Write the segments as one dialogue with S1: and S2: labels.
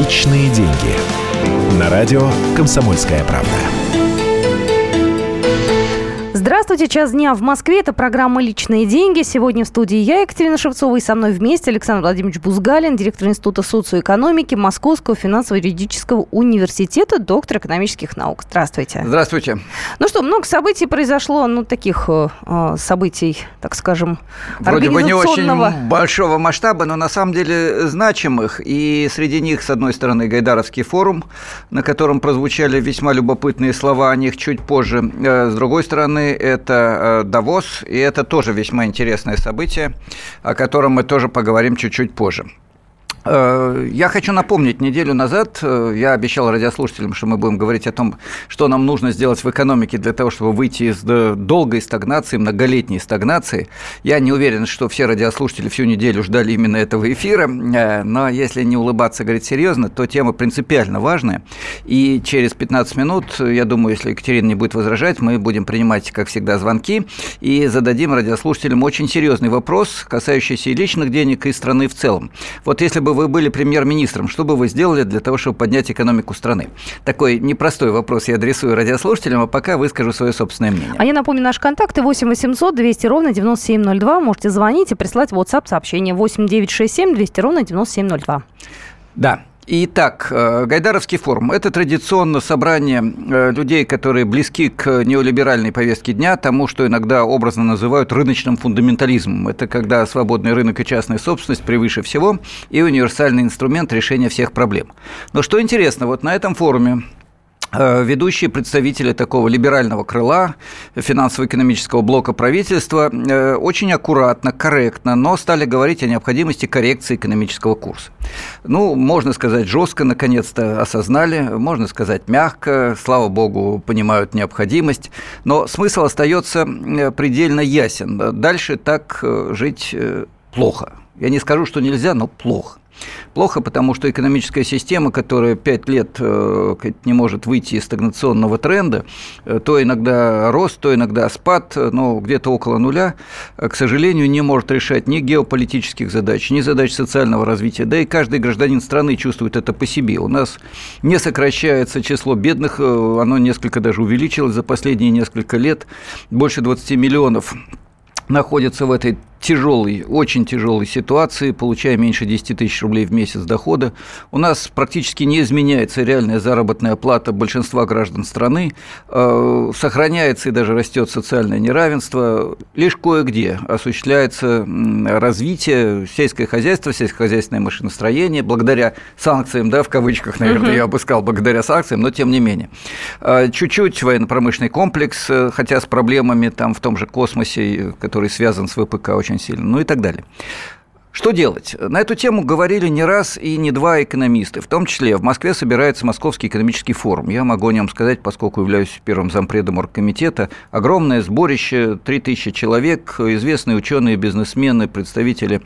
S1: Личные деньги. На радио «Комсомольская правда».
S2: Здравствуйте, час дня в Москве. Это программа «Личные деньги». Сегодня в студии я, Екатерина Шевцова, и со мной вместе Александр Владимирович Бузгалин, директор Института социоэкономики Московского финансово-юридического университета, доктор экономических наук. Здравствуйте.
S3: Здравствуйте.
S2: Ну что, много событий произошло, таких событий, так скажем,
S3: вроде бы не
S2: организационного...
S3: очень большого масштаба, но на самом деле значимых. И среди них, с одной стороны, Гайдаровский форум, на котором прозвучали весьма любопытные слова, о них чуть позже. С другой стороны, это Давос, и это тоже весьма интересное событие, о котором мы тоже поговорим чуть-чуть позже. Я хочу напомнить, неделю назад я обещал радиослушателям, что мы будем говорить о том, что нам нужно сделать в экономике для того, чтобы выйти из долгой стагнации, многолетней стагнации. Я не уверен, что все радиослушатели всю неделю ждали именно этого эфира, но если не улыбаться, говорить серьезно, то тема принципиально важная. И через 15 минут, я думаю, если Екатерина не будет возражать, мы будем принимать, как всегда, звонки и зададим радиослушателям очень серьезный вопрос, касающийся и личных денег, и страны в целом. Вот если бы вы были премьер-министром, что бы вы сделали для того, чтобы поднять экономику страны? Такой непростой вопрос я адресую радиослушателям, а пока выскажу свое собственное мнение.
S2: А я напомню, наши контакты 8 800 200 ровно 9702. Можете звонить и прислать в WhatsApp сообщение 8 967 200 ровно 9702.
S3: Да. Итак, Гайдаровский форум – это традиционно собрание людей, которые близки к неолиберальной повестке дня, тому, что иногда образно называют рыночным фундаментализмом. Это когда свободный рынок и частная собственность превыше всего и универсальный инструмент решения всех проблем. Но что интересно, вот на этом форуме ведущие представители такого либерального крыла финансово-экономического блока правительства очень аккуратно, корректно, но стали говорить о необходимости коррекции экономического курса. Можно сказать, жестко, наконец-то осознали, можно сказать, мягко, слава богу, понимают необходимость, но смысл остается предельно ясен. Дальше так жить плохо. Я не скажу, что нельзя, но плохо. Плохо, потому что экономическая система, которая 5 лет не может выйти из стагнационного тренда, то иногда рост, то иногда спад, но где-то около нуля, к сожалению, не может решать ни геополитических задач, ни задач социального развития. Да и каждый гражданин страны чувствует это по себе. У нас не сокращается число бедных, оно несколько даже увеличилось за последние несколько лет. Больше 20 миллионов находятся в этой тяжелой, очень тяжелой ситуации, получая меньше 10 тысяч рублей в месяц дохода. У нас практически не изменяется реальная заработная плата большинства граждан страны, сохраняется и даже растет социальное неравенство. Лишь кое-где осуществляется развитие сельского хозяйства, сельскохозяйственное машиностроение, благодаря санкциям, да, в кавычках, наверное, я бы сказал, благодаря санкциям, но тем не менее. Чуть-чуть военно-промышленный комплекс, хотя с проблемами там в том же космосе, который связан с ВПК очень сильно, и так далее. Что делать? На эту тему говорили не раз и не два экономисты. В том числе в Москве собирается Московский экономический форум. Я могу о нем сказать, поскольку являюсь первым зампредом оргкомитета. Огромное сборище, 3000 человек, известные ученые, бизнесмены, представители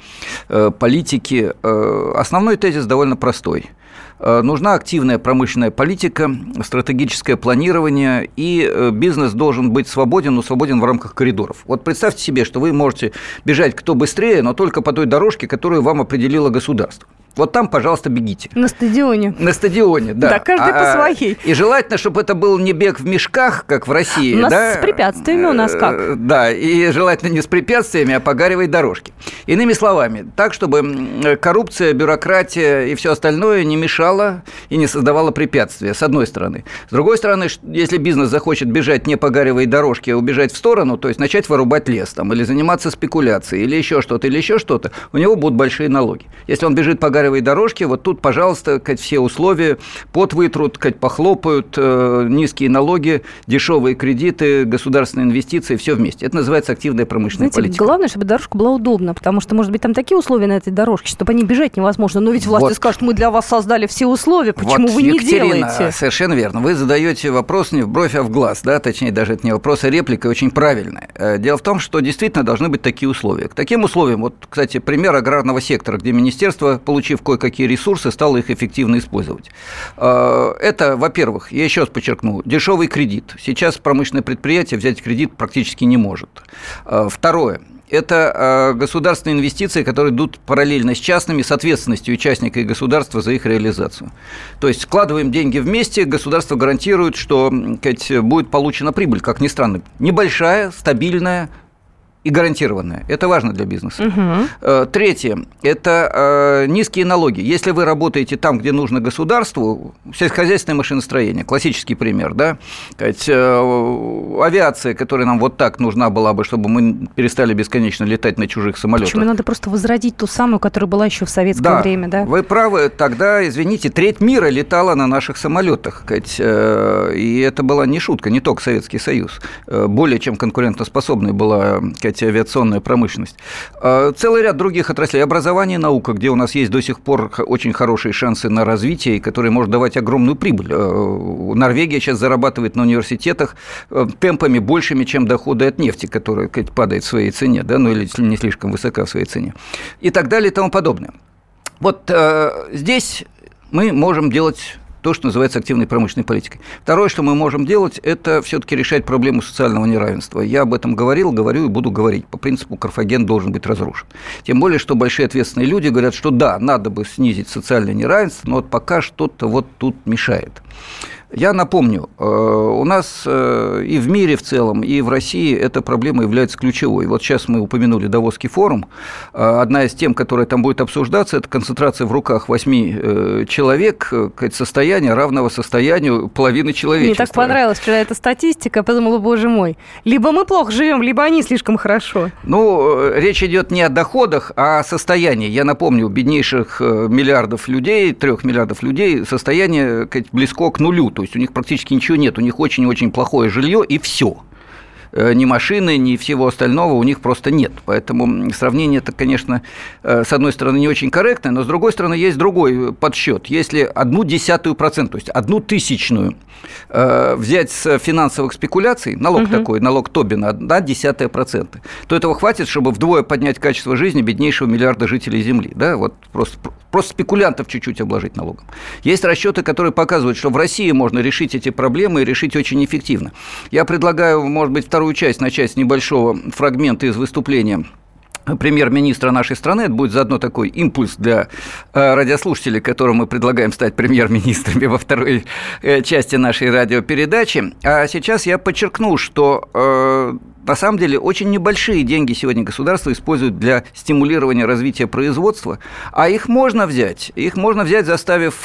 S3: политики. Основной тезис довольно простой. Нужна активная промышленная политика, стратегическое планирование, и бизнес должен быть свободен, но свободен в рамках коридоров. Вот представьте себе, что вы можете бежать кто быстрее, но только по той дорожке, которую вам определило государство. Вот там, пожалуйста, бегите.
S2: На стадионе.
S3: На стадионе, да.
S2: Да, каждый по своей.
S3: И желательно, чтобы это был не бег в мешках, как в России.
S2: У нас с препятствиями у нас как?
S3: Да, и желательно не с препятствиями, а по гаревой дорожке. Иными словами, так, чтобы коррупция, бюрократия и все остальное не мешало и не создавало препятствия, с одной стороны. С другой стороны, если бизнес захочет бежать не по гаревой дорожке, а убежать в сторону, то есть начать вырубать лес там, или заниматься спекуляцией, или еще что-то, у него будут большие налоги. Если он бежит по гаревой дорожке, вот тут, пожалуйста, все условия, пот вытрут, похлопают, низкие налоги, дешевые кредиты, государственные инвестиции, все вместе. Это называется активная промышленная политика.
S2: Главное, чтобы дорожка была удобна, потому что, может быть, там такие условия на этой дорожке, чтобы они бежать невозможно. Но ведь власти скажут, мы для вас создали все условия, почему вы не делаете?
S3: Совершенно верно. Вы задаете вопрос не в бровь, а в глаз, да, точнее, даже это не вопрос, а реплика очень правильная. Дело в том, что действительно должны быть такие условия. К таким условиям, вот, кстати, пример аграрного сектора, где министерство, получив кое-какие ресурсы, стало их эффективно использовать. Это, во-первых, я еще раз подчеркну, дешевый кредит. Сейчас промышленное предприятие взять кредит практически не может. Второе. это государственные инвестиции, которые идут параллельно с частными, с ответственностью участника и государства за их реализацию. То есть вкладываем деньги вместе, государство гарантирует, что будет получена прибыль, как ни странно, небольшая, стабильная и гарантированная. Это важно для бизнеса. Третье – это низкие налоги. Если вы работаете там, где нужно государству, сельскохозяйственное машиностроение, классический пример, да, авиация, которая нам вот так нужна была бы, чтобы мы перестали бесконечно летать на чужих самолетах.
S2: Почему надо просто возродить ту самую, которая была еще в советское время, да?
S3: Вы правы, тогда, извините, треть мира летала на наших самолетах, и это была не шутка, не только Советский Союз, более чем конкурентоспособной была, авиационная промышленность. Целый ряд других отраслей. Образование и наука, где у нас есть до сих пор очень хорошие шансы на развитие, которые может давать огромную прибыль. Норвегия сейчас зарабатывает на университетах темпами большими, чем доходы от нефти, которая падает в своей цене, да, или не слишком высока в своей цене. И так далее и тому подобное. Вот здесь мы можем делать то, что называется активной промышленной политикой. Второе, что мы можем делать, это все-таки решать проблему социального неравенства. Я об этом говорил, говорю и буду говорить. По принципу, Карфаген должен быть разрушен. Тем более, что большие ответственные люди говорят, что да, надо бы снизить социальное неравенство, но вот пока что-то вот тут мешает. Я напомню, у нас и в мире в целом, и в России эта проблема является ключевой. Вот сейчас мы упомянули Давосский форум. Одна из тем, которая там будет обсуждаться, это концентрация в руках 8 человек, состояние равного состоянию половины человечества.
S2: Мне так понравилась вчера эта статистика, я подумала, боже мой, либо мы плохо живем, либо они слишком хорошо.
S3: Ну, речь идет не о доходах, а о состоянии. Я напомню, у беднейших миллиардов людей, 3 миллиардов людей, состояние близко к нулю. То есть у них практически ничего нет, у них очень-очень плохое жилье и все. Ни машины, ни всего остального у них просто нет. Поэтому сравнение это, конечно, с одной стороны, не очень корректное, но с другой стороны, есть другой подсчет. Если 0,1%, то есть 0,01 взять с финансовых спекуляций, налог такой, налог Тобина, 0,1%, то этого хватит, чтобы вдвое поднять качество жизни беднейшего миллиарда жителей Земли. Да? Вот просто спекулянтов чуть-чуть обложить налогом. Есть расчеты, которые показывают, что в России можно решить эти проблемы и решить очень эффективно. Я предлагаю, может быть, вторую часть начать с небольшого фрагмента из выступления премьер-министра нашей страны. Это будет заодно такой импульс для радиослушателей, которым мы предлагаем стать премьер-министрами во второй части нашей радиопередачи. А сейчас я подчеркну, что на самом деле очень небольшие деньги сегодня государство использует для стимулирования развития производства, а их можно взять, заставив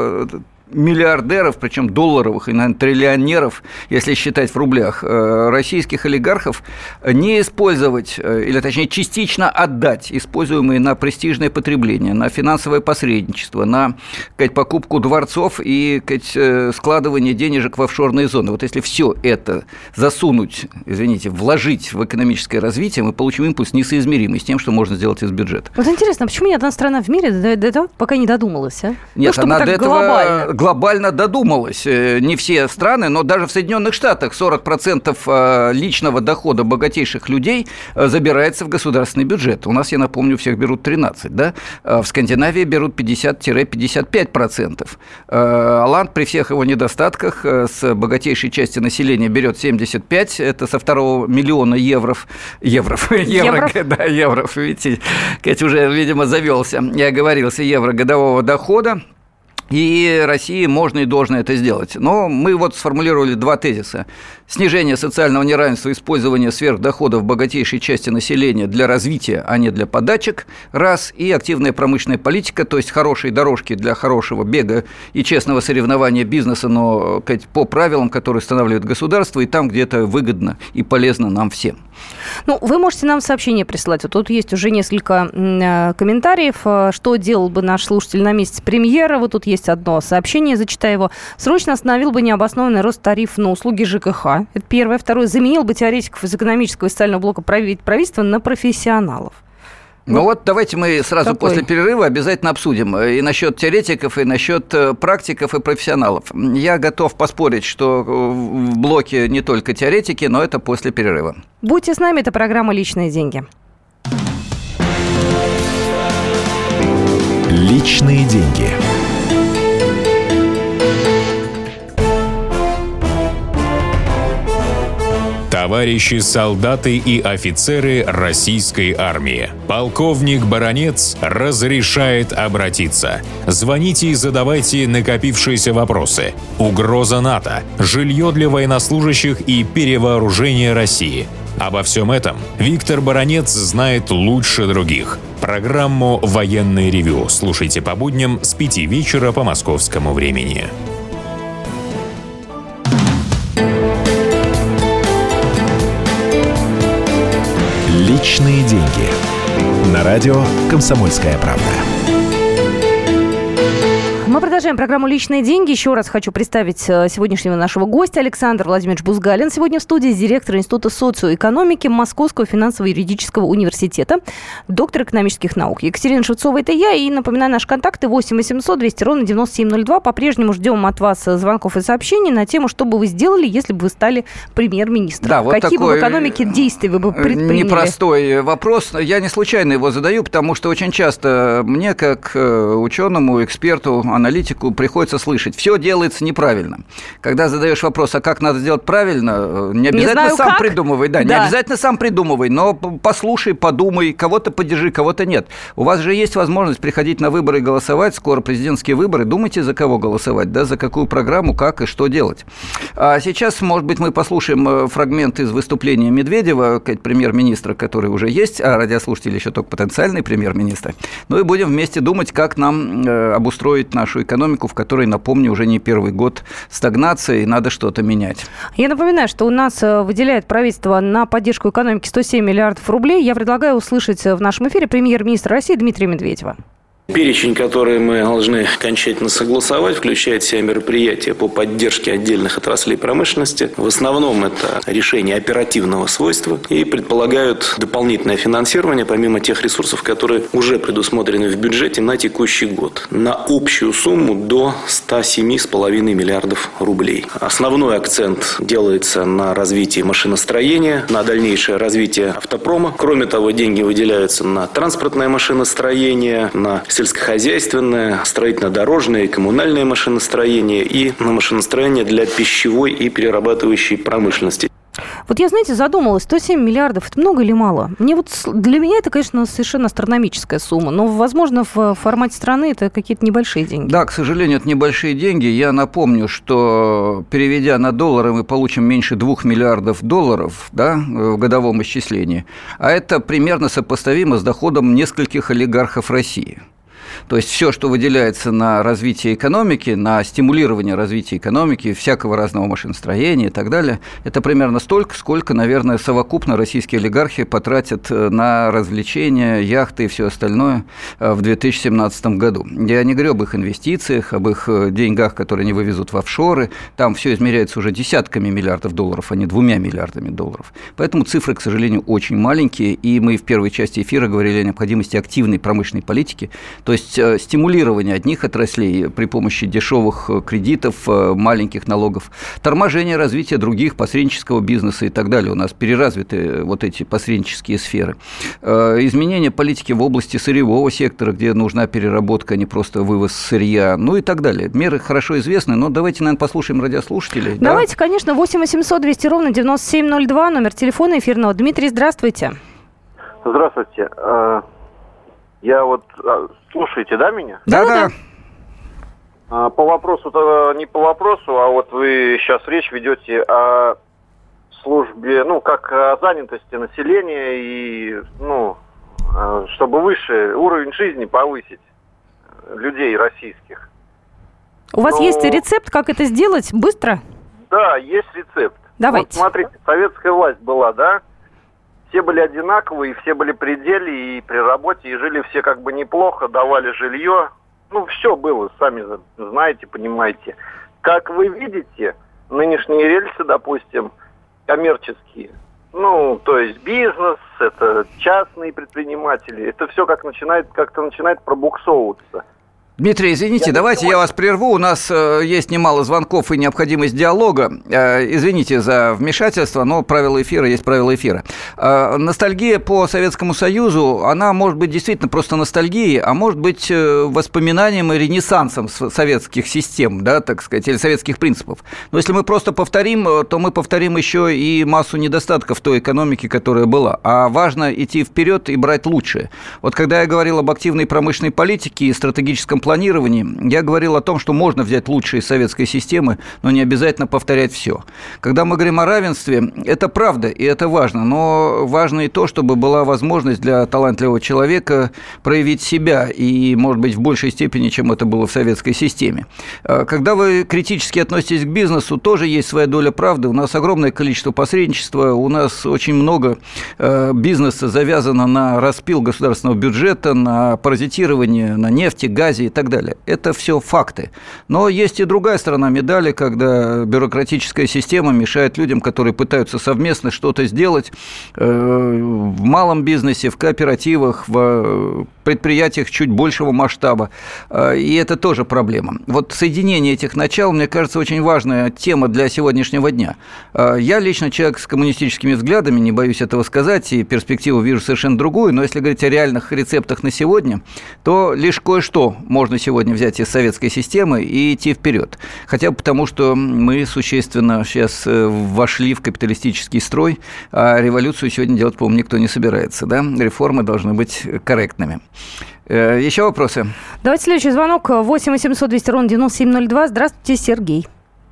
S3: миллиардеров, причем долларовых и, наверное, триллионеров, если считать в рублях, российских олигархов, не использовать, или точнее частично отдать используемые на престижное потребление, на финансовое посредничество, на покупку дворцов и складывание денежек в офшорные зоны. Вот если все это засунуть, вложить в экономическое развитие, мы получим импульс несоизмеримый с тем, что можно сделать из бюджета.
S2: Вот интересно, почему ни одна страна в мире до этого пока не додумалась? А?
S3: Нет, она до этого глобально додумалась. Не все страны, но даже в Соединенных Штатах 40% личного дохода богатейших людей забирается в государственный бюджет. У нас, я напомню, всех берут 13%, да? В Скандинавии берут 50-55%. Оланд при всех его недостатках с богатейшей части населения берет 75%, это со 2 миллиона евро. Видите, Катя уже, видимо, завелся, я оговорился, евро годового дохода. И России можно и должно это сделать. Но мы вот сформулировали 2 тезиса. Снижение социального неравенства, использование сверхдоходов богатейшей части населения для развития, а не для подачек, раз, и активная промышленная политика, то есть хорошие дорожки для хорошего бега и честного соревнования бизнеса, но по правилам, которые устанавливает государство, и там, где это выгодно и полезно нам всем.
S2: Ну, вы можете нам сообщение присылать. Вот тут есть уже несколько комментариев, что делал бы наш слушатель на месте премьера. Вот тут есть одно сообщение, зачитаю его. Срочно остановил бы необоснованный рост тарифов на услуги ЖКХ. Это первое. Второе. Заменил бы теоретиков из экономического и социального блока правительства на профессионалов.
S3: Ну вот давайте мы сразу после перерыва обязательно обсудим и насчет теоретиков, и насчет практиков и профессионалов. Я готов поспорить, что в блоке не только теоретики, но это после перерыва.
S2: Будьте с нами, это программа «Личные деньги».
S1: Личные деньги.
S4: товарищи солдаты и офицеры российской армии. Полковник Баранец разрешает обратиться. Звоните и задавайте накопившиеся вопросы. Угроза НАТО, жилье для военнослужащих и перевооружение России. Обо всем этом Виктор Баранец знает лучше других. Программу «Военное ревю» слушайте по будням с 5 вечера по московскому времени.
S1: Личные деньги. На радио «Комсомольская правда».
S2: Мы продолжаем программу «Личные деньги». Еще раз хочу представить сегодняшнего нашего гостя. Александр Владимирович Бузгалин. Сегодня в студии директор Института социоэкономики Московского финансово-юридического университета, доктор экономических наук. Екатерина Шевцова, это я. И напоминаю, наши контакты 8 800 200 ровно 9702. По-прежнему ждем от вас звонков и сообщений на тему, что бы вы сделали, если бы вы стали премьер-министром. Да, вот какие бы в экономике действия вы бы предприняли? Непростой
S3: вопрос. Я не случайно его задаю, потому что очень часто мне, как ученому, эксперту, аналитику, приходится слышать: все делается неправильно. Когда задаешь вопрос, а как надо сделать правильно, не обязательно сам придумывай. Да, не обязательно сам придумывай, но послушай, подумай, кого-то поддержи, кого-то нет. У вас же есть возможность приходить на выборы и голосовать. Скоро президентские выборы. Думайте, за кого голосовать, да, за какую программу, как и что делать. А сейчас, может быть, мы послушаем фрагмент из выступления Медведева, премьер-министра, который уже есть, а радиослушатели еще только потенциальный премьер-министр. Ну и будем вместе думать, как нам обустроить нашу экономику, в которой, напомню, уже не первый год стагнация, и надо что-то менять.
S2: Я напоминаю, что у нас выделяет правительство на поддержку экономики 107 миллиардов рублей. Я предлагаю услышать в нашем эфире премьер-министра России Дмитрия Медведева.
S5: Перечень, который мы должны окончательно согласовать, включает в себя мероприятия по поддержке отдельных отраслей промышленности. В основном это решения оперативного свойства и предполагают дополнительное финансирование, помимо тех ресурсов, которые уже предусмотрены в бюджете на текущий год, на общую сумму до 107,5 миллиардов рублей. Основной акцент делается на развитие машиностроения, на дальнейшее развитие автопрома. Кроме того, деньги выделяются на транспортное машиностроение, на сельскохозяйственное, строительно-дорожное и коммунальное машиностроение и на машиностроение для пищевой и перерабатывающей промышленности.
S2: Вот я, знаете, задумалась, 107 миллиардов, это много или мало? Для меня это, конечно, совершенно астрономическая сумма, но, возможно, в формате страны это какие-то небольшие деньги.
S3: Да, к сожалению, это небольшие деньги. Я напомню, что, переведя на доллары, мы получим меньше 2 миллиардов долларов, да, в годовом исчислении, а это примерно сопоставимо с доходом нескольких олигархов России. То есть все, что выделяется на развитие экономики, на стимулирование развития экономики, всякого разного машиностроения и так далее, это примерно столько, сколько, наверное, совокупно российские олигархи потратят на развлечения, яхты и все остальное в 2017 году. Я не говорю об их инвестициях, об их деньгах, которые они вывезут в офшоры. Там все измеряется уже десятками миллиардов долларов, а не 2 миллиардами долларов. Поэтому цифры, к сожалению, очень маленькие. И мы в первой части эфира говорили о необходимости активной промышленной политики, то есть стимулирование одних отраслей при помощи дешевых кредитов, маленьких налогов, торможение развития других, посреднического бизнеса и так далее. У нас переразвиты вот эти посреднические сферы. Изменение политики в области сырьевого сектора, где нужна переработка, а не просто вывоз сырья, ну и так далее. Меры хорошо известны, но давайте, наверное, послушаем радиослушателей.
S2: Давайте, да? Конечно, 8 800 200 ровно 9702, номер телефона эфирного. Дмитрий, здравствуйте.
S6: Здравствуйте. Я вот... Слушаете, да, меня?
S2: Да.
S6: По вопросу-то не по вопросу, а вот вы сейчас речь ведете о службе, как о занятости населения и, чтобы выше уровень жизни повысить людей российских.
S2: У вас есть рецепт, как это сделать быстро?
S6: Да, есть рецепт.
S2: Давайте.
S6: Вот смотрите, советская власть была, да? Все были одинаковые, все были при деле и при работе, и жили все как бы неплохо, давали жилье. Все было, сами знаете, понимаете. Как вы видите, нынешние рельсы, допустим, коммерческие, то есть бизнес, это частные предприниматели, это все как-то начинает пробуксовываться.
S3: Дмитрий, извините, давайте я вас прерву. У нас есть немало звонков и необходимость диалога. Извините за вмешательство, но правила эфира есть правила эфира. Ностальгия по Советскому Союзу, она может быть действительно просто ностальгией, а может быть воспоминанием и ренессансом советских систем, да, так сказать, или советских принципов. Но если мы просто повторим, то мы повторим еще и массу недостатков той экономики, которая была. А важно идти вперед и брать лучшее. Вот когда я говорил об активной промышленной политике и стратегическом планировании, я говорил о том, что можно взять лучшие из советской системы, но не обязательно повторять все. Когда мы говорим о равенстве, это правда, и это важно, но важно и то, чтобы была возможность для талантливого человека проявить себя, и, может быть, в большей степени, чем это было в советской системе. Когда вы критически относитесь к бизнесу, тоже есть своя доля правды. У нас огромное количество посредничества, у нас очень много бизнеса завязано на распил государственного бюджета, на паразитирование на нефти, газе и так далее. Это все факты. Но есть и другая сторона медали, когда бюрократическая система мешает людям, которые пытаются совместно что-то сделать в малом бизнесе, в кооперативах, в предприятиях чуть большего масштаба. И это тоже проблема. Вот соединение этих начал, мне кажется, очень важная тема для сегодняшнего дня. Я лично человек с коммунистическими взглядами, не боюсь этого сказать, и перспективу вижу совершенно другую, но если говорить о реальных рецептах на сегодня, то лишь кое-что можно сегодня взять из советской системы и идти вперед. Хотя бы потому, что мы существенно сейчас вошли в капиталистический строй, а революцию сегодня делать, по-моему, никто не собирается. Да? Реформы должны быть корректными. Еще вопросы?
S2: Давайте следующий звонок. 8 800 200 ровно 9702. Здравствуйте, Сергей.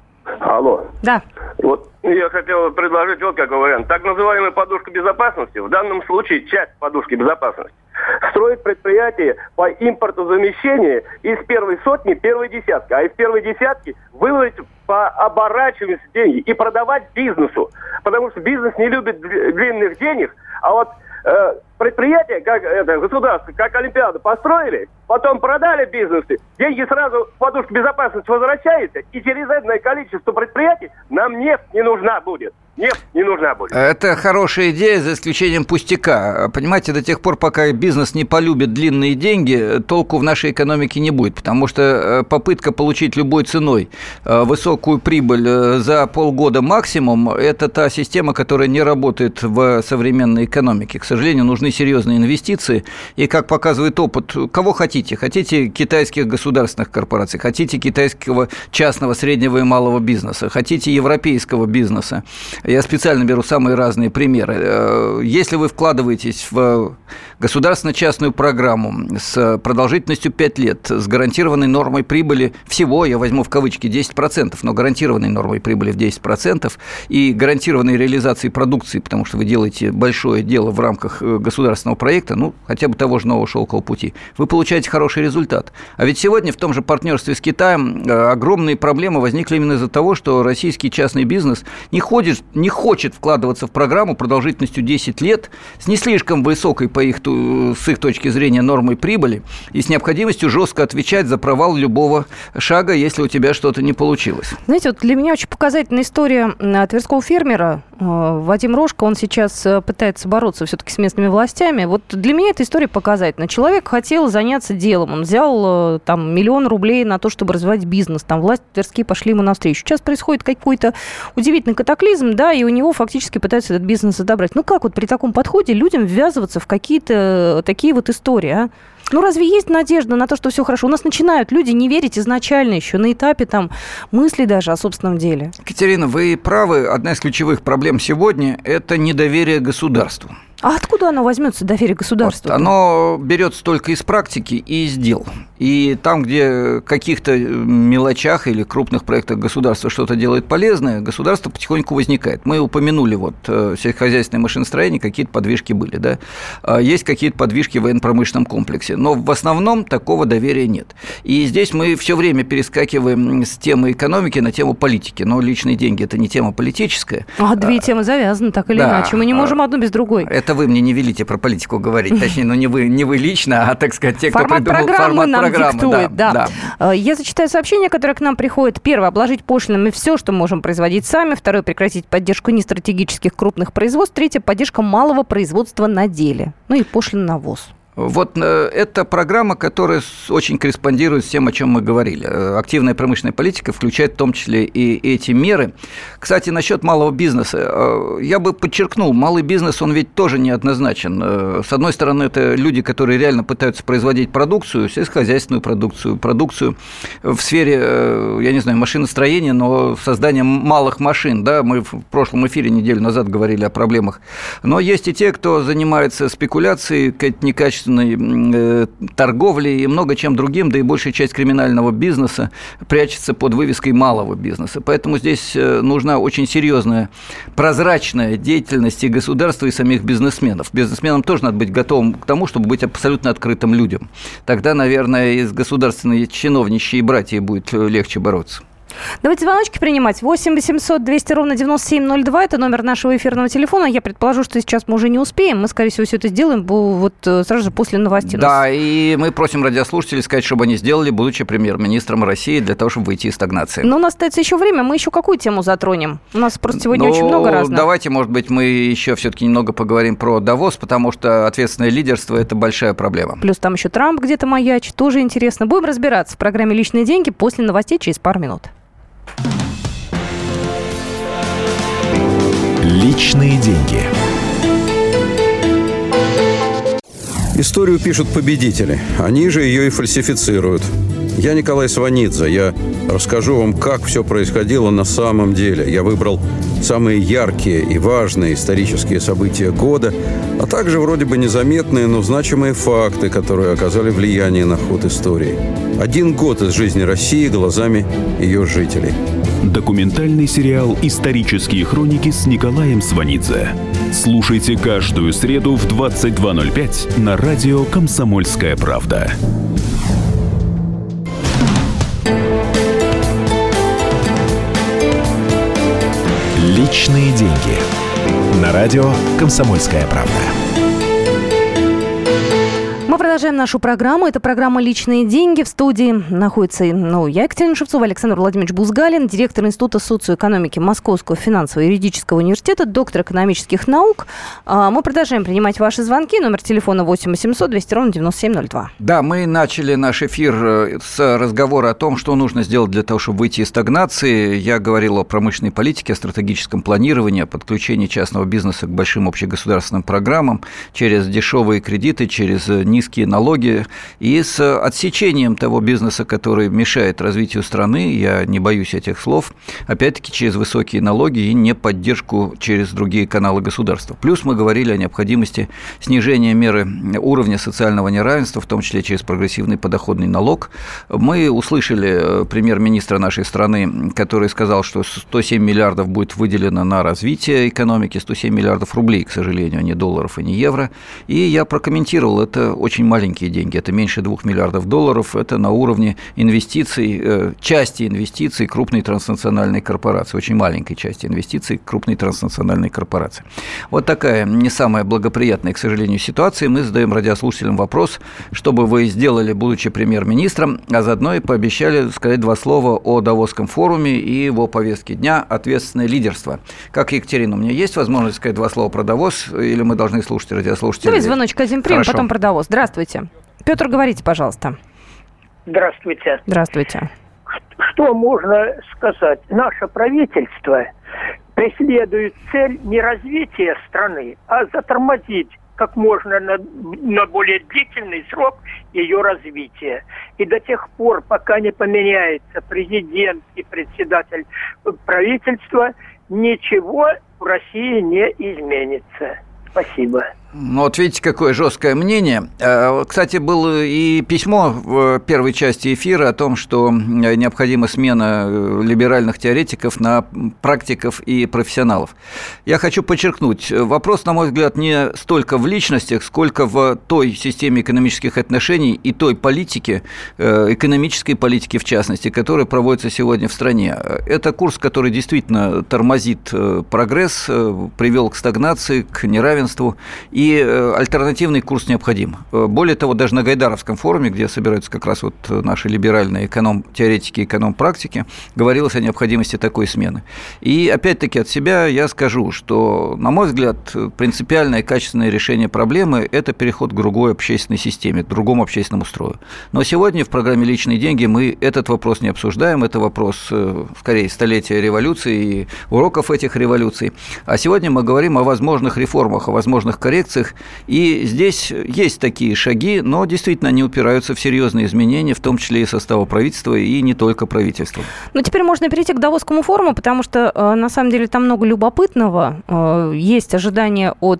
S7: Алло.
S2: Да.
S7: Вот я хотел предложить вот какой вариант. Так называемая подушка безопасности, в данном случае часть подушки безопасности, строит предприятие по импортозамещению из первой сотни первой десятки, а из первой десятки выводить по оборачиваемости деньги и продавать бизнесу. Потому что бизнес не любит длинных денег, а вот предприятие, как это государство, как Олимпиаду построили, потом продали бизнесы, деньги сразу в подушку безопасности возвращаются, и через энное количество предприятий нам нефть не нужна будет. Нефть не нужна будет.
S3: Это хорошая идея, за исключением пустяка. Понимаете, до тех пор, пока бизнес не полюбит длинные деньги, толку в нашей экономике не будет, потому что попытка получить любой ценой высокую прибыль за полгода максимум – это та система, которая не работает в современной экономике. К сожалению, нужны серьезные инвестиции, и, как показывает опыт, кого хотите. Хотите китайских государственных корпораций, хотите китайского частного, среднего и малого бизнеса, хотите европейского бизнеса. Я специально беру самые разные примеры. Если вы вкладываетесь в государственно-частную программу с продолжительностью 5 лет, с гарантированной нормой прибыли всего, я возьму в кавычки 10%, но гарантированной нормой прибыли в 10% и гарантированной реализацией продукции, потому что вы делаете большое дело в рамках государственного проекта, ну, хотя бы того же нового шелкового пути, вы получаете хороший результат. А ведь сегодня в том же партнерстве с Китаем огромные проблемы возникли именно из-за того, что российский частный бизнес не хочет вкладываться в программу продолжительностью 10 лет с не слишком высокой с их точки зрения нормой прибыли и с необходимостью жестко отвечать за провал любого шага, если у тебя что-то не получилось.
S2: Знаете, вот для меня очень показательная история тверского фермера Вадим Рожко. Он сейчас пытается бороться все-таки с местными властями. Вот для меня эта история показательна. Человек хотел заняться делом. Он взял там 1 000 000 рублей на то, чтобы развивать бизнес. Там власти тверские пошли ему навстречу. Сейчас происходит какой-то удивительный катаклизм, да, и у него фактически пытаются этот бизнес отобрать. Ну как вот при таком подходе людям ввязываться в какие-то такие вот истории, а? Ну, разве есть надежда на то, что все хорошо? У нас начинают люди не верить изначально еще на этапе там мысли даже о собственном деле.
S3: Екатерина, вы правы. Одна из ключевых проблем сегодня – это недоверие государству.
S2: А откуда оно возьмется, доверие государству?
S3: Вот, оно берется только из практики и из дел. И там, где в каких-то мелочах или крупных проектах государство что-то делает полезное, государство потихоньку возникает. Мы упомянули, вот, сельскохозяйственное машиностроение, какие-то подвижки были, да? Есть какие-то подвижки в военно-промышленном комплексе, но в основном такого доверия нет. И здесь мы все время перескакиваем с темы экономики на тему политики, но личные деньги – это не тема политическая.
S2: А две темы завязаны, так или иначе. Мы не можем одну без другой.
S3: Это вы мне не велите про политику говорить, точнее, ну не вы лично, а, так сказать, те, кто придумал
S2: формат программы. Диктует,
S3: да.
S2: Я зачитаю сообщение, которое к нам приходит. Первое, обложить пошлинами все, что можем производить сами. Второе, прекратить поддержку нестратегических крупных производств. Третье, поддержка малого производства на деле. Ну и пошлины на ввоз.
S3: Вот это программа, которая очень корреспондирует с тем, о чем мы говорили. Активная промышленная политика включает в том числе и эти меры. Кстати, насчет малого бизнеса. Я бы подчеркнул, малый бизнес, он ведь тоже неоднозначен. С одной стороны, это люди, которые реально пытаются производить продукцию, сельскохозяйственную продукцию в сфере, я не знаю, машиностроения, но создания малых машин. Да? Мы в прошлом эфире неделю назад говорили о проблемах. Но есть и те, кто занимается спекуляцией, некачественной торговлей и много чем другим, да и большая часть криминального бизнеса прячется под вывеской малого бизнеса. Поэтому здесь нужна очень серьезная, прозрачная деятельность и государства, и самих бизнесменов. Бизнесменам тоже надо быть готовым к тому, чтобы быть абсолютно открытым людям. Тогда, наверное, и с государственной чиновничьей братьей будет легче бороться.
S2: Давайте звоночки принимать. 8 800 200 ровно 9702. Это номер нашего эфирного телефона. Я предположу, что сейчас мы уже не успеем. Мы, скорее всего, все это сделаем вот сразу же после новостей.
S3: Да, и мы просим радиослушателей сказать, чтобы они сделали, будучи премьер-министром России, для того, чтобы выйти из стагнации.
S2: Но у нас остается еще время. Мы еще какую тему затронем? У нас просто сегодня очень много разных.
S3: Давайте, может быть, мы еще все-таки немного поговорим про Давос, потому что ответственное лидерство – это большая проблема.
S2: Плюс там еще Трамп где-то маячит. Тоже интересно. Будем разбираться в программе «Личные деньги» после новостей через пару минут.
S1: Личные деньги.
S8: Историю пишут победители. Они же ее и фальсифицируют. Я Николай Сванидзе. Я расскажу вам, как все происходило на самом деле. Я выбрал самые яркие и важные исторические события года, а также вроде бы незаметные, но значимые факты, которые оказали влияние на ход истории. 1 год из жизни России глазами ее жителей.
S9: Документальный сериал «Исторические хроники» с Николаем Сванидзе. Слушайте каждую среду в 22:05 на радио «Комсомольская правда».
S1: Личные деньги. На радио «Комсомольская правда».
S2: Мы продолжаем нашу программу. Это программа «Личные деньги». В студии находится я, Екатерина Шевцова, Александр Владимирович Бузгалин, директор Института социоэкономики Московского финансово-юридического университета, доктор экономических наук. Мы продолжаем принимать ваши звонки. Номер телефона 8 800 200 ровно 9702.
S3: Да, мы начали наш эфир с разговора о том, что нужно сделать для того, чтобы выйти из стагнации. Я говорил о промышленной политике, о стратегическом планировании, о подключении частного бизнеса к большим общегосударственным программам через дешевые кредиты, через низкие налоги и с отсечением того бизнеса, который мешает развитию страны, я не боюсь этих слов, опять-таки через высокие налоги и не поддержку через другие каналы государства. Плюс мы говорили о необходимости снижения меры уровня социального неравенства, в том числе через прогрессивный подоходный налог. Мы услышали премьер-министра нашей страны, который сказал, что 107 миллиардов будет выделено на развитие экономики, 107 миллиардов рублей, к сожалению, а не долларов и не евро. И я прокомментировал, это очень маленькие деньги, это меньше 2 миллиардов долларов, это на уровне инвестиций, части инвестиций крупной транснациональной корпорации, очень маленькой части инвестиций крупной транснациональной корпорации. Вот такая не самая благоприятная, к сожалению, ситуация. Мы задаем радиослушателям вопрос, что бы вы сделали, будучи премьер-министром, а заодно и пообещали сказать 2 слова о Давосском форуме и его повестке дня «Ответственное лидерство». Как, Екатерина, у меня есть возможность сказать 2 слова про Давос, или мы должны слушать радиослушателей?
S2: Давай звоночек один примем, потом про Давос. Здравствуйте. Петр, говорите, пожалуйста.
S10: Здравствуйте.
S2: Здравствуйте.
S10: Что можно сказать? Наше правительство преследует цель не развития страны, а затормозить как можно на более длительный срок ее развития. И до тех пор, пока не поменяется президент и председатель правительства, ничего в России не изменится. Спасибо.
S3: Ну, вот видите, какое жесткое мнение. Кстати, было и письмо в первой части эфира о том, что необходима смена либеральных теоретиков на практиков и профессионалов. Я хочу подчеркнуть, вопрос, на мой взгляд, не столько в личностях, сколько в той системе экономических отношений и той политике, экономической политики в частности, которая проводится сегодня в стране. Это курс, который действительно тормозит прогресс, привел к стагнации, к неравенству. и альтернативный курс необходим. Более того, даже на Гайдаровском форуме, где собираются как раз вот наши либеральные теоретики эконом-практики, говорилось о необходимости такой смены. И опять-таки от себя я скажу, что, на мой взгляд, принципиальное и качественное решение проблемы – это переход к другой общественной системе, к другому общественному строю. Но сегодня в программе «Личные деньги» мы этот вопрос не обсуждаем, это вопрос, скорее, столетия революции и уроков этих революций. А сегодня мы говорим о возможных реформах, о возможных коррекциях, и здесь есть такие шаги, но действительно они упираются в серьезные изменения, в том числе и состава правительства, и не только правительства.
S2: Ну, теперь можно перейти к Давосскому форуму, потому что, на самом деле, там много любопытного. Есть ожидания от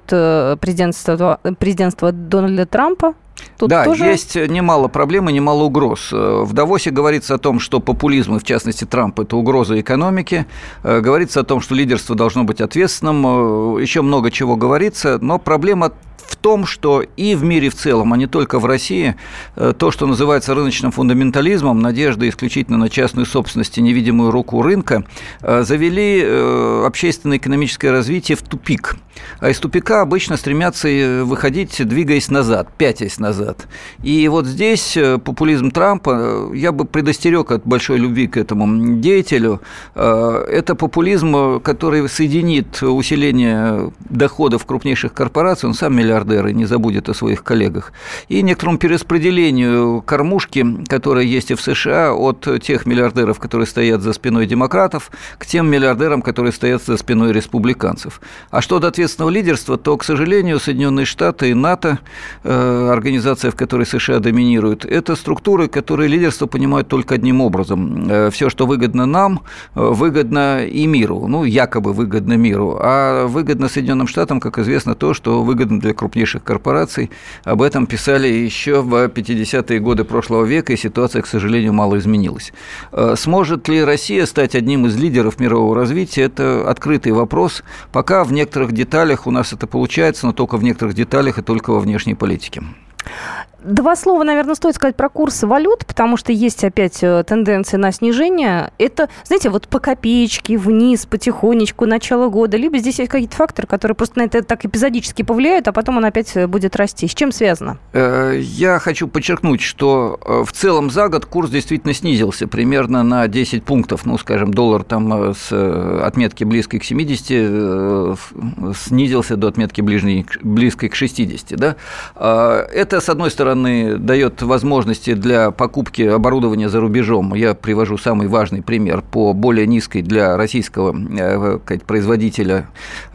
S2: президентства Дональда Трампа. Тут
S3: да,
S2: тоже
S3: есть немало проблем и немало угроз. В Давосе говорится о том, что популизм, и в частности Трамп, это угроза экономике. Говорится о том, что лидерство должно быть ответственным. Еще много чего говорится, но проблема в том, что и в мире в целом, а не только в России, то, что называется рыночным фундаментализмом, надежда исключительно на частную собственность и невидимую руку рынка, завели общественно-экономическое развитие в тупик. А из тупика обычно стремятся выходить, двигаясь назад, пятясь назад. И вот здесь популизм Трампа, я бы предостерег от большой любви к этому деятелю. Это популизм, который соединит усиление доходов крупнейших корпораций, он сам миллиардер и не забудет о своих коллегах, и некоторому перераспределению кормушки, которая есть и в США, от тех миллиардеров, которые стоят за спиной демократов, к тем миллиардерам, которые стоят за спиной республиканцев. А что до ответственного лидерства, то, к сожалению, Соединенные Штаты и НАТО, организация, в которой США доминирует, это структуры, которые лидерство понимают только одним образом. Все, что выгодно нам, выгодно и миру. Ну, якобы выгодно миру. А выгодно Соединенным Штатам, как известно, то, что выгодно для крупнейших корпораций. Об этом писали еще в 50-е годы прошлого века, и ситуация, к сожалению, мало изменилась. Сможет ли Россия стать одним из лидеров мирового развития? Это открытый вопрос. Пока в некоторых деталях у нас это получается, но только в некоторых деталях и только во внешней политике.
S2: Два слова, наверное, стоит сказать про курсы валют, потому что есть опять тенденция на снижение. Это, знаете, вот по копеечке, вниз, потихонечку, начало года. Либо здесь есть какие-то факторы, которые просто на это так эпизодически повлияют, а потом он опять будет расти. С чем связано?
S3: Я хочу подчеркнуть, что в целом за год курс действительно снизился примерно на 10 пунктов. Ну, скажем, доллар там с отметки близкой к 70 снизился до отметки близкой к 60. Да? Это, с одной стороны, дает возможности для покупки оборудования за рубежом. Я привожу самый важный пример по более низкой для российского производителя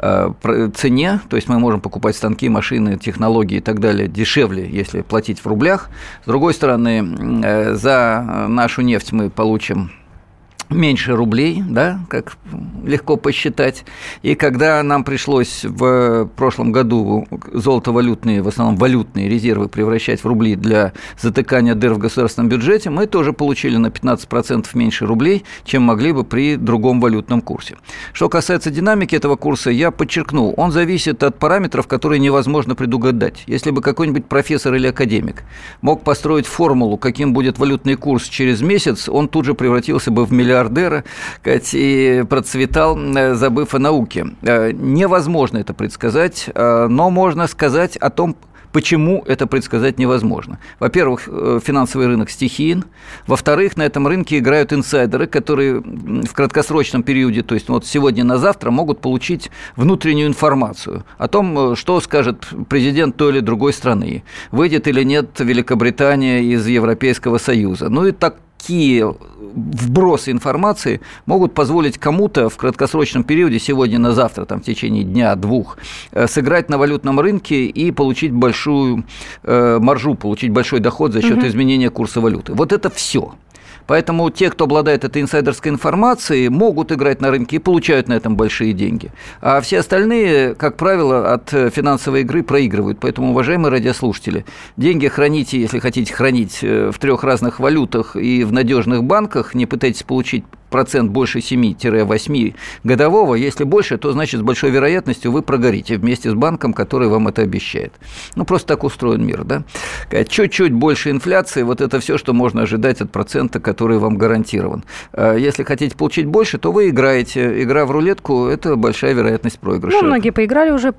S3: цене. То есть мы можем покупать станки, машины, технологии и так далее дешевле, если платить в рублях. С другой стороны, за нашу нефть мы получим меньше рублей, да, как легко посчитать. И когда нам пришлось в прошлом году золотовалютные, в основном валютные резервы превращать в рубли для затыкания дыр в государственном бюджете, мы тоже получили на 15% меньше рублей, чем могли бы при другом валютном курсе. Что касается динамики этого курса, я подчеркну, он зависит от параметров, которые невозможно предугадать. Если бы какой-нибудь профессор или академик мог построить формулу, каким будет валютный курс через месяц, он тут же превратился бы в миллиардера и процветал, забыв о науке. Невозможно это предсказать, но можно сказать о том, почему это предсказать невозможно. Во-первых, финансовый рынок стихиен. Во-вторых, на этом рынке играют инсайдеры, которые в краткосрочном периоде, то есть вот сегодня на завтра, могут получить внутреннюю информацию о том, что скажет президент той или другой страны, выйдет или нет Великобритания из Европейского Союза. Ну и такие вбросы информации могут позволить кому-то в краткосрочном периоде, сегодня на завтра, там, в течение дня-двух, сыграть на валютном рынке и получить большую маржу, получить большой доход за счет изменения курса валюты. Вот это все. Поэтому те, кто обладает этой инсайдерской информацией, могут играть на рынке и получают на этом большие деньги. А все остальные, как правило, от финансовой игры проигрывают. Поэтому, уважаемые радиослушатели, деньги храните, если хотите хранить, в 3 разных валютах и в надежных банках, не пытайтесь получить процент больше 7-8 годового. Если больше, то, значит, с большой вероятностью вы прогорите вместе с банком, который вам это обещает. Ну, просто так устроен мир, да? Чуть-чуть больше инфляции, вот это все, что можно ожидать от процента, который вам гарантирован. Если хотите получить больше, то вы играете. Игра в рулетку – это большая вероятность проигрыша.
S2: Ну, многие поиграли уже.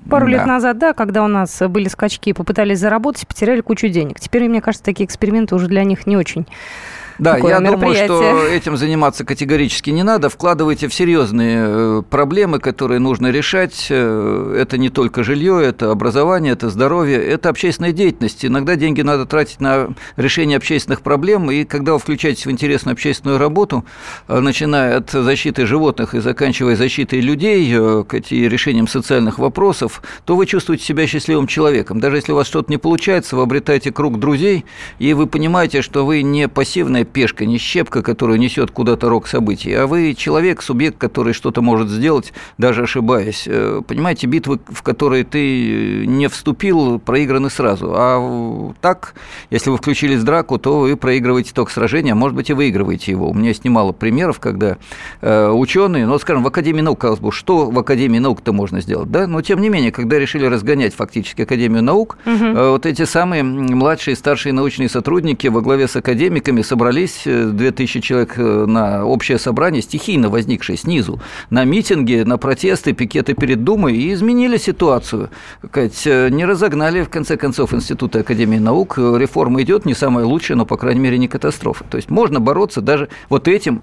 S2: пару лет назад, да, когда у нас были скачки, попытались заработать, потеряли кучу денег. Теперь, мне кажется, такие эксперименты уже для них не очень.
S3: Да, я думаю, что этим заниматься категорически не надо. Вкладывайте в серьезные проблемы, которые нужно решать. Это не только жилье, это образование, это здоровье, это общественная деятельность. Иногда деньги надо тратить на решение общественных проблем, и когда вы включаетесь в интересную общественную работу, начиная от защиты животных и заканчивая защитой людей, решением социальных вопросов, то вы чувствуете себя счастливым человеком. Даже если у вас что-то не получается, вы обретаете круг друзей, и вы понимаете, что вы не пассивная пешка, не щепка, которую несет куда-то рог событий, а вы человек, субъект, который что-то может сделать, даже ошибаясь. Понимаете, битвы, в которые ты не вступил, проиграны сразу. А так, если вы включились в драку, то вы проигрываете только сражение, а может быть и выигрываете его. У меня есть немало примеров, когда ученые, ну, скажем, в Академии наук, казалось бы, что в Академии наук-то можно сделать, да? Но, тем не менее, когда решили разгонять фактически Академию наук, вот эти самые младшие и старшие научные сотрудники во главе с академиками собрались 2000 человек на общее собрание, стихийно возникшее снизу, на митинги, на протесты, пикеты перед Думой, и изменили ситуацию. Не разогнали, в конце концов, институты Академии наук. Реформа идет, не самая лучшая, но, по крайней мере, не катастрофа. То есть можно бороться даже вот этим,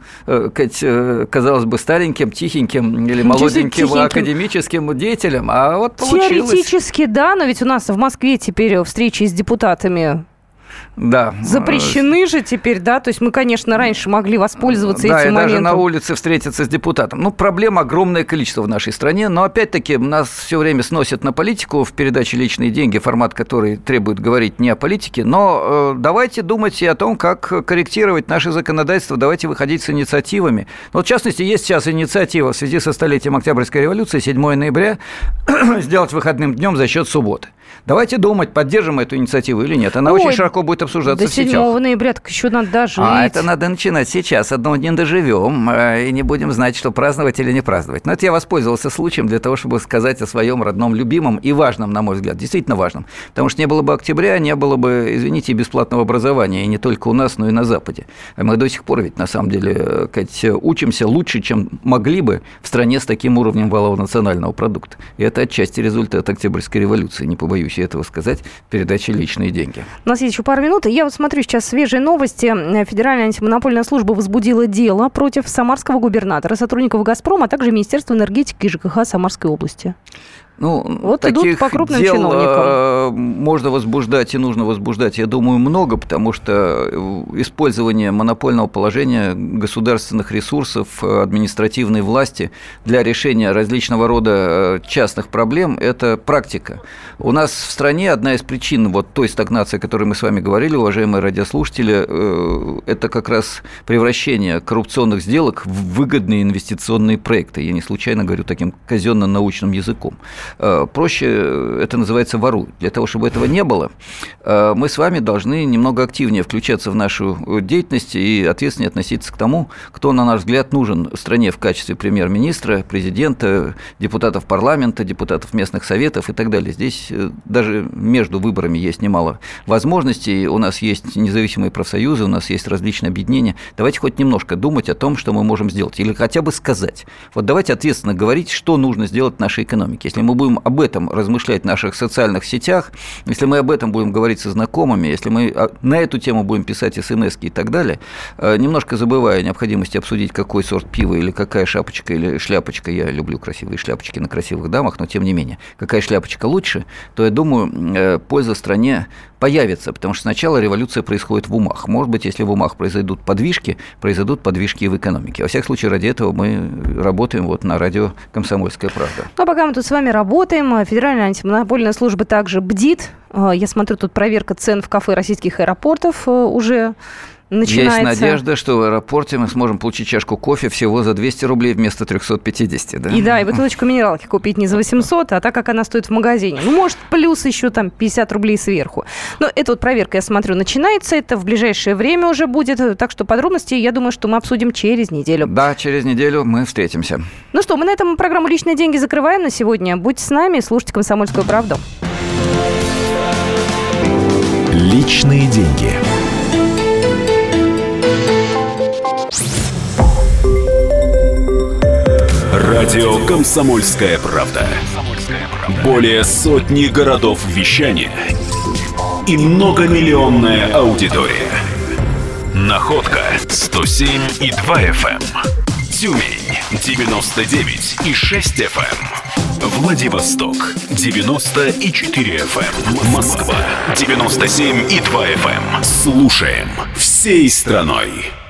S3: казалось бы, стареньким, тихеньким или молоденьким академическим деятелем, а вот получилось.
S2: Теоретически, да, но ведь у нас в Москве теперь встречи с депутатами
S3: Да.
S2: Запрещены же теперь, да? То есть мы, конечно, раньше могли воспользоваться этим моментом. Да, и даже
S3: на улице встретиться с депутатом. Ну, проблем огромное количество в нашей стране, но, опять-таки, нас все время сносят на политику в передаче «Личные деньги», формат, который требует говорить не о политике, но давайте думать и о том, как корректировать наше законодательство, давайте выходить с инициативами. Вот, в частности, есть сейчас инициатива в связи со столетием Октябрьской революции, 7 ноября, сделать выходным днем за счет субботы. Давайте думать, поддержим эту инициативу или нет. Она очень широко будет обсуждаться в сетях.
S2: До 7 ноября так еще надо дожить.
S3: А это надо начинать сейчас. Одного не доживем и не будем знать, что праздновать или не праздновать. Но это я воспользовался случаем для того, чтобы сказать о своем родном, любимом и важном, на мой взгляд, действительно важном. Потому что не было бы октября, не было бы, извините, бесплатного образования. И не только у нас, но и на Западе. А мы до сих пор ведь, на самом деле, учимся лучше, чем могли бы в стране с таким уровнем валового национального продукта. И это отчасти результат Октябрьской революции, не побоюсь этого сказать, передачи «Личные деньги».
S2: У нас есть еще пару минут. Я вот смотрю сейчас свежие новости. Федеральная антимонопольная служба возбудила дело против самарского губернатора, сотрудников «Газпрома», а также Министерства энергетики и ЖКХ Самарской области.
S3: Ну,
S2: вот таких по крупным
S3: дел
S2: чиновникам.
S3: Можно возбуждать и нужно возбуждать, я думаю, много, потому что использование монопольного положения государственных ресурсов, административной власти для решения различного рода частных проблем – это практика. У нас в стране одна из причин вот той стагнации, о которой мы с вами говорили, уважаемые радиослушатели, это как раз превращение коррупционных сделок в выгодные инвестиционные проекты. Я не случайно говорю таким казенно-научным языком. Проще это называется воруй. Для того, чтобы этого не было, мы с вами должны немного активнее включаться в нашу деятельность и ответственнее относиться к тому, кто, на наш взгляд, нужен стране в качестве премьер-министра, президента, депутатов парламента, депутатов местных советов и так далее. Здесь даже между выборами есть немало возможностей. У нас есть независимые профсоюзы, у нас есть различные объединения. Давайте хоть немножко думать о том, что мы можем сделать. Или хотя бы сказать. Вот давайте ответственно говорить, что нужно сделать нашей экономике. Если мы будем об этом размышлять в наших социальных сетях, если мы об этом будем говорить со знакомыми, если мы на эту тему будем писать смс-ки и так далее, немножко забывая о необходимости обсудить, какой сорт пива или какая шапочка или шляпочка, я люблю красивые шляпочки на красивых дамах, но тем не менее, какая шляпочка лучше, то я думаю, польза стране появится, потому что сначала революция происходит в умах. Может быть, если в умах произойдут подвижки и в экономике. Во всяком случае, ради этого мы работаем вот на радио «Комсомольская правда».
S2: Ну, а пока мы тут с вами работаем, Федеральная антимонопольная служба также бдит. Я смотрю, тут проверка цен в кафе российских аэропортов уже начинается.
S3: Есть надежда, что в аэропорте мы сможем получить чашку кофе всего за 200 рублей вместо 350, да?
S2: И бутылочку минералки купить не за 800, а так, как она стоит в магазине. Ну, может, плюс еще там 50 рублей сверху. Но эта вот проверка, я смотрю, начинается. Это в ближайшее время уже будет. Так что подробности, я думаю, что мы обсудим через неделю.
S3: Да, через неделю мы встретимся.
S2: Ну что, мы на этом программу «Личные деньги» закрываем на сегодня. Будьте с нами, слушайте «Комсомольскую правду».
S1: Личные деньги.
S9: Радио «Комсомольская правда». Более сотни городов вещания и многомиллионная аудитория. Находка 107,2 FM. Тюмень 99,6 FM. Владивосток 90,4 FM. Москва 97,2 FM. Слушаем всей страной.